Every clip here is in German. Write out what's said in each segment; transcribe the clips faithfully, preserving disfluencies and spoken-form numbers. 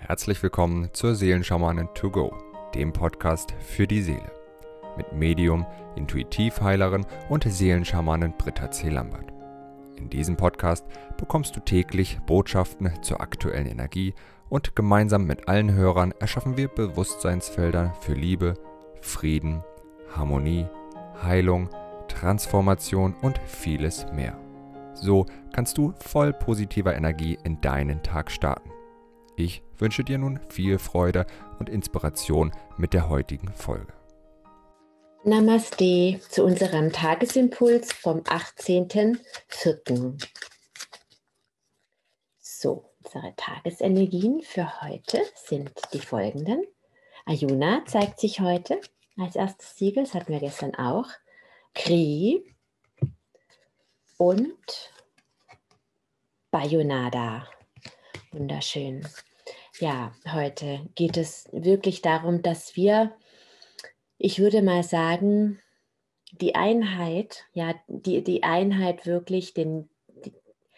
Herzlich willkommen zur Seelenschamanin to go, dem Podcast für die Seele. Mit Medium, Intuitivheilerin und Seelenschamanin Britta C. Lambert. In diesem Podcast bekommst du täglich Botschaften zur aktuellen Energie und gemeinsam mit allen Hörern erschaffen wir Bewusstseinsfelder für Liebe, Frieden, Harmonie, Heilung, Transformation und vieles mehr. So kannst du voll positiver Energie in deinen Tag starten. Ich wünsche dir nun viel Freude und Inspiration mit der heutigen Folge. Namaste zu unserem Tagesimpuls vom achtzehnten vierten So, unsere Tagesenergien für heute sind die folgenden. Ayuna zeigt sich heute als erstes Siegel, das hatten wir gestern auch. Kri und Bayonada. Wunderschön. Ja, heute geht es wirklich darum, dass wir, ich würde mal sagen, die Einheit, ja, die, die Einheit wirklich, den, die,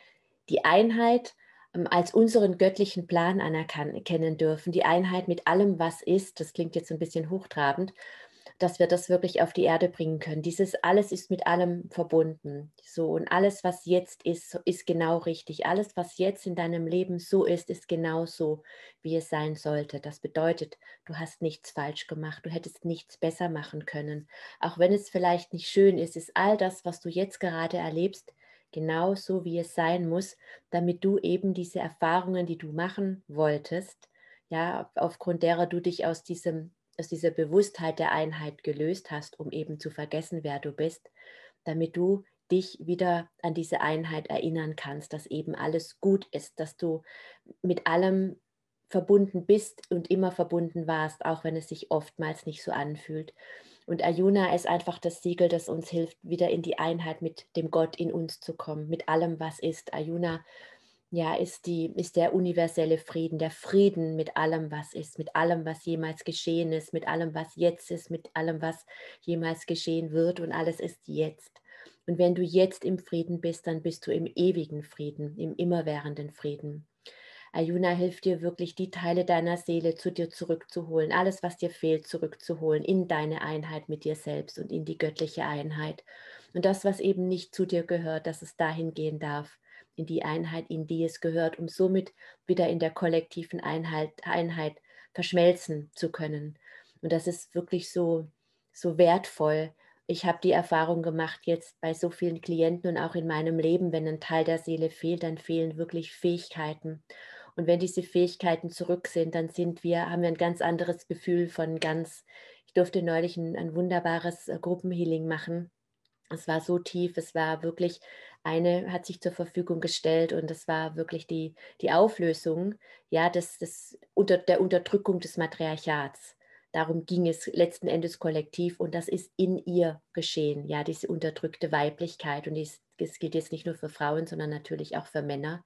die Einheit ähm, als unseren göttlichen Plan anerkennen dürfen, die Einheit mit allem, was ist, das klingt jetzt ein bisschen hochtrabend, dass wir das wirklich auf die Erde bringen können. Dieses alles ist mit allem verbunden. So, und alles, was jetzt ist, ist genau richtig. Alles, was jetzt in deinem Leben so ist, ist genau so, wie es sein sollte. Das bedeutet, du hast nichts falsch gemacht. Du hättest nichts besser machen können. Auch wenn es vielleicht nicht schön ist, ist all das, was du jetzt gerade erlebst, genau so, wie es sein muss, damit du eben diese Erfahrungen, die du machen wolltest, ja, aufgrund derer du dich aus diesem aus dieser Bewusstheit der Einheit gelöst hast, um eben zu vergessen, wer du bist, damit du dich wieder an diese Einheit erinnern kannst, dass eben alles gut ist, dass du mit allem verbunden bist und immer verbunden warst, auch wenn es sich oftmals nicht so anfühlt. Und Ayuna ist einfach das Siegel, das uns hilft, wieder in die Einheit mit dem Gott in uns zu kommen, mit allem, was ist. Ayuna ja, ist, die, ist der universelle Frieden, der Frieden mit allem, was ist, mit allem, was jemals geschehen ist, mit allem, was jetzt ist, mit allem, was jemals geschehen wird, und alles ist jetzt. Und wenn du jetzt im Frieden bist, dann bist du im ewigen Frieden, im immerwährenden Frieden. Ayuna hilft dir wirklich, die Teile deiner Seele zu dir zurückzuholen, alles, was dir fehlt, zurückzuholen in deine Einheit mit dir selbst und in die göttliche Einheit. Und das, was eben nicht zu dir gehört, dass es dahin gehen darf, in die Einheit, in die es gehört, um somit wieder in der kollektiven Einheit, Einheit verschmelzen zu können. Und das ist wirklich so, so wertvoll. Ich habe die Erfahrung gemacht jetzt bei so vielen Klienten und auch in meinem Leben, wenn ein Teil der Seele fehlt, dann fehlen wirklich Fähigkeiten. Und wenn diese Fähigkeiten zurück sind, dann sind wir, haben wir ein ganz anderes Gefühl von ganz, ich durfte neulich ein, ein wunderbares äh, Gruppenhealing machen. Es war so tief, es war wirklich, eine hat sich zur Verfügung gestellt, und das war wirklich die, die Auflösung, ja, des, des, unter, der Unterdrückung des Matriarchats. Darum ging es letzten Endes kollektiv, und das ist in ihr geschehen, ja, diese unterdrückte Weiblichkeit. Und dies, das gilt jetzt nicht nur für Frauen, sondern natürlich auch für Männer.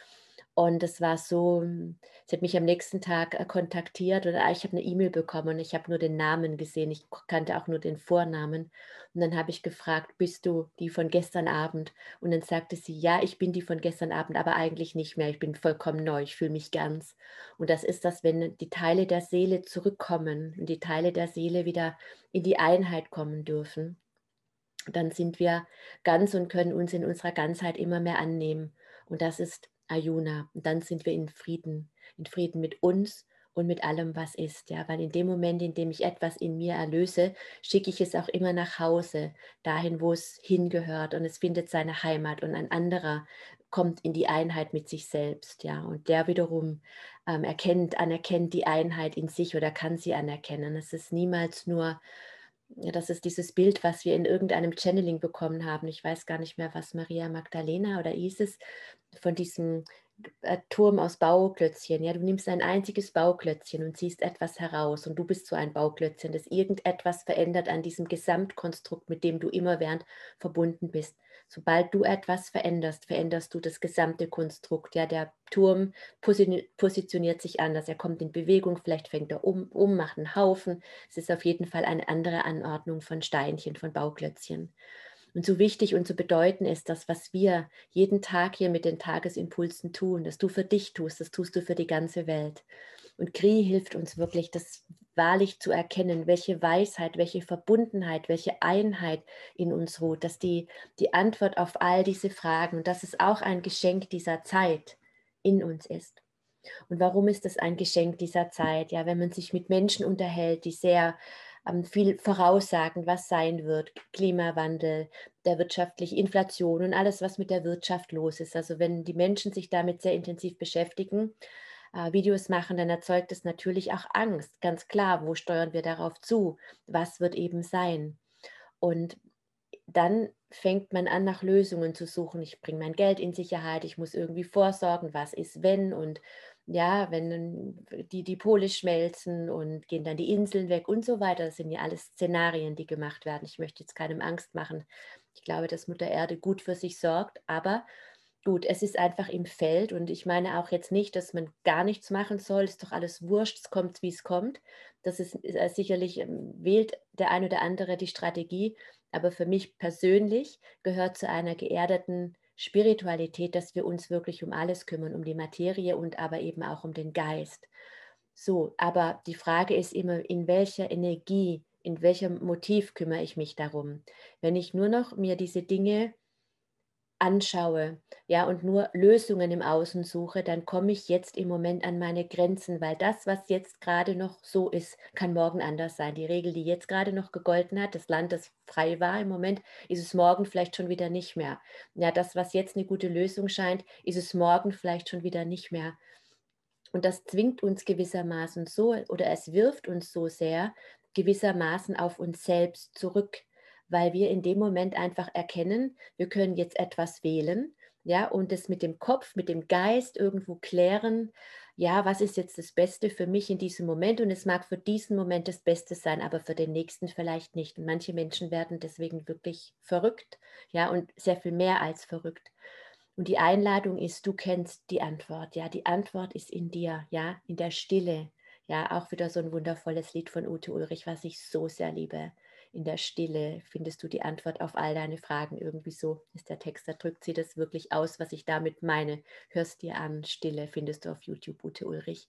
Und es war so, sie hat mich am nächsten Tag äh, kontaktiert, oder ich habe eine E-Mail bekommen und ich habe nur den Namen gesehen, ich kannte auch nur den Vornamen. Und dann habe ich gefragt, bist du die von gestern Abend? Und dann sagte sie, ja, ich bin die von gestern Abend, aber eigentlich nicht mehr, ich bin vollkommen neu, ich fühle mich ganz. Und das ist das, wenn die Teile der Seele zurückkommen und die Teile der Seele wieder in die Einheit kommen dürfen, dann sind wir ganz und können uns in unserer Ganzheit immer mehr annehmen. Und das ist Ayuna. Und dann sind wir in Frieden, in Frieden mit uns und mit allem, was ist. Ja, weil in dem Moment, in dem ich etwas in mir erlöse, schicke ich es auch immer nach Hause, dahin, wo es hingehört, und es findet seine Heimat, und ein anderer kommt in die Einheit mit sich selbst. Ja, und der wiederum ähm, erkennt, anerkennt die Einheit in sich oder kann sie anerkennen. Es ist niemals nur, ja, das ist dieses Bild, was wir in irgendeinem Channeling bekommen haben. Ich weiß gar nicht mehr, was Maria Magdalena oder Isis, von diesem äh, Turm aus Bauklötzchen. Ja, du nimmst ein einziges Bauklötzchen und ziehst etwas heraus, und du bist so ein Bauklötzchen, das irgendetwas verändert an diesem Gesamtkonstrukt, mit dem du immerwährend verbunden bist. Sobald du etwas veränderst, veränderst du das gesamte Konstrukt. Ja, der Turm posi- positioniert sich anders, er kommt in Bewegung, vielleicht fängt er um, um, macht einen Haufen. Es ist auf jeden Fall eine andere Anordnung von Steinchen, von Bauklötzchen. Und so wichtig und so bedeutend ist das, was wir jeden Tag hier mit den Tagesimpulsen tun, dass du für dich tust, das tust du für die ganze Welt. Und Kri hilft uns wirklich, das wahrlich zu erkennen, welche Weisheit, welche Verbundenheit, welche Einheit in uns ruht, dass die, die Antwort auf all diese Fragen, und dass es auch ein Geschenk dieser Zeit in uns ist. Und warum ist das ein Geschenk dieser Zeit? Ja, wenn man sich mit Menschen unterhält, die sehr ähm, viel voraussagen, was sein wird, Klimawandel, der wirtschaftliche Inflation und alles, was mit der Wirtschaft los ist. Also wenn die Menschen sich damit sehr intensiv beschäftigen, äh, Videos machen, dann erzeugt es natürlich auch Angst. Ganz klar, wo steuern wir darauf zu? Was wird eben sein? Und dann fängt man an, nach Lösungen zu suchen. Ich bringe mein Geld in Sicherheit, ich muss irgendwie vorsorgen, was ist, wenn, und ja, wenn die, die Pole schmelzen und gehen dann die Inseln weg und so weiter. Das sind ja alles Szenarien, die gemacht werden. Ich möchte jetzt keinem Angst machen. Ich glaube, dass Mutter Erde gut für sich sorgt, aber gut, es ist einfach im Feld, und ich meine auch jetzt nicht, dass man gar nichts machen soll, ist doch alles wurscht, es kommt, wie es kommt. Das ist, ist äh, sicherlich, ähm, wählt der ein oder andere die Strategie, aber für mich persönlich gehört zu einer geerdeten Spiritualität, dass wir uns wirklich um alles kümmern, um die Materie und aber eben auch um den Geist. So, aber die Frage ist immer, in welcher Energie, in welchem Motiv kümmere ich mich darum? Wenn ich nur noch mir diese Dinge anschaue, ja, und nur Lösungen im Außen suche, dann komme ich jetzt im Moment an meine Grenzen, weil das, was jetzt gerade noch so ist, kann morgen anders sein. Die Regel, die jetzt gerade noch gegolten hat, das Land, das frei war im Moment, ist es morgen vielleicht schon wieder nicht mehr. Ja, das, was jetzt eine gute Lösung scheint, ist es morgen vielleicht schon wieder nicht mehr. Und das zwingt uns gewissermaßen so, oder es wirft uns so sehr gewissermaßen auf uns selbst zurück, weil wir in dem Moment einfach erkennen, wir können jetzt etwas wählen, ja, und es mit dem Kopf, mit dem Geist irgendwo klären, ja, was ist jetzt das Beste für mich in diesem Moment, und es mag für diesen Moment das Beste sein, aber für den nächsten vielleicht nicht. Und manche Menschen werden deswegen wirklich verrückt, ja, und sehr viel mehr als verrückt. Und die Einladung ist, du kennst die Antwort, ja, die Antwort ist in dir, ja, in der Stille, ja, auch wieder so ein wundervolles Lied von Ute Ulrich, was ich so sehr liebe. In der Stille findest du die Antwort auf all deine Fragen. Irgendwie so ist der Text, da drückt sie das wirklich aus, was ich damit meine. Hörst dir an, Stille findest du auf YouTube, Ute Ulrich.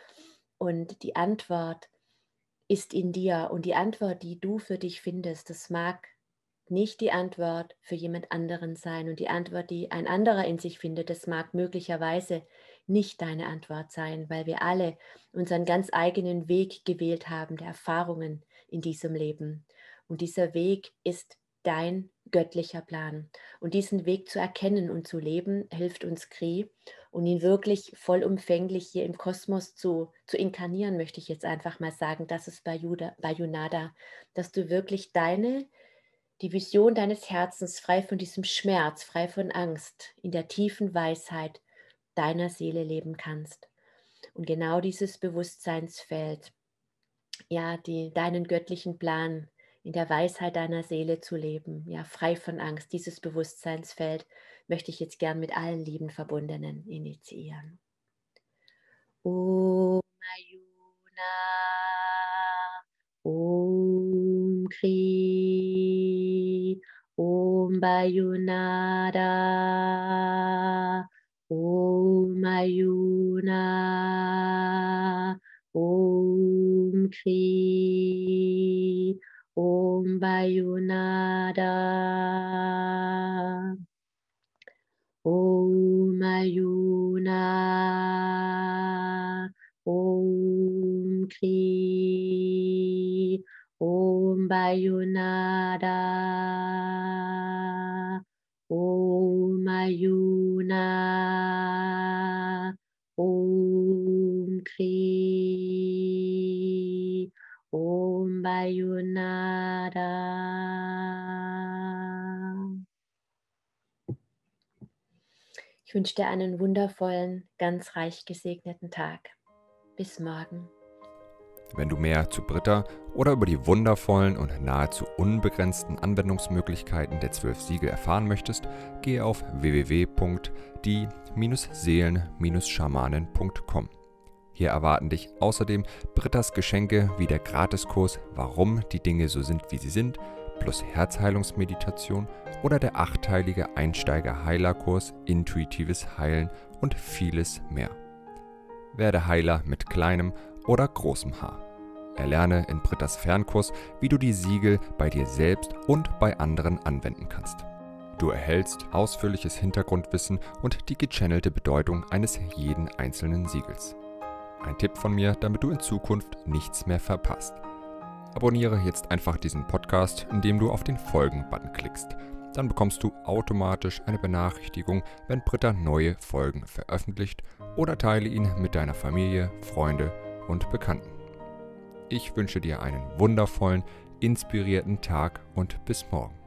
Und die Antwort ist in dir, und die Antwort, die du für dich findest, das mag nicht die Antwort für jemand anderen sein, und die Antwort, die ein anderer in sich findet, das mag möglicherweise nicht deine Antwort sein, weil wir alle unseren ganz eigenen Weg gewählt haben, der Erfahrungen in diesem Leben. Und dieser Weg ist dein göttlicher Plan. Und diesen Weg zu erkennen und zu leben, hilft uns Kri. Und ihn wirklich vollumfänglich hier im Kosmos zu, zu inkarnieren, möchte ich jetzt einfach mal sagen, das ist Bayunada, dass du wirklich deine die Vision deines Herzens, frei von diesem Schmerz, frei von Angst, in der tiefen Weisheit deiner Seele leben kannst. Und genau dieses Bewusstseinsfeld, ja, die, deinen göttlichen Plan in der Weisheit deiner Seele zu leben, ja, frei von Angst, dieses Bewusstseinsfeld möchte ich jetzt gern mit allen lieben Verbundenen initiieren. Om Ayuna, Om Kri, Om Bayunada, Om Ayuna, Om Kri, Om Bayunada, Om Ayuna, Om Kri, Om Bayunada, Om Ayuna, Om Kri, Om Bayunada. Ich wünsche dir einen wundervollen, ganz reich gesegneten Tag. Bis morgen. Wenn du mehr zu Britta oder über die wundervollen und nahezu unbegrenzten Anwendungsmöglichkeiten der zwölf Siegel erfahren möchtest, gehe auf w w w punkt die Seelen Schamanen punkt com. Hier erwarten dich außerdem Brittas Geschenke wie der Gratiskurs Warum die Dinge so sind, wie sie sind, plus Herzheilungsmeditation oder der achtteilige Einsteiger-Heilerkurs Intuitives Heilen und vieles mehr. Werde Heiler mit kleinem oder großem H. Erlerne in Brittas Fernkurs, wie du die Siegel bei dir selbst und bei anderen anwenden kannst. Du erhältst ausführliches Hintergrundwissen und die gechannelte Bedeutung eines jeden einzelnen Siegels. Ein Tipp von mir, damit du in Zukunft nichts mehr verpasst. Abonniere jetzt einfach diesen Podcast, indem du auf den Folgen-Button klickst. Dann bekommst du automatisch eine Benachrichtigung, wenn Britta neue Folgen veröffentlicht, oder teile ihn mit deiner Familie, Freunde und Bekannten. Ich wünsche dir einen wundervollen, inspirierten Tag und bis morgen.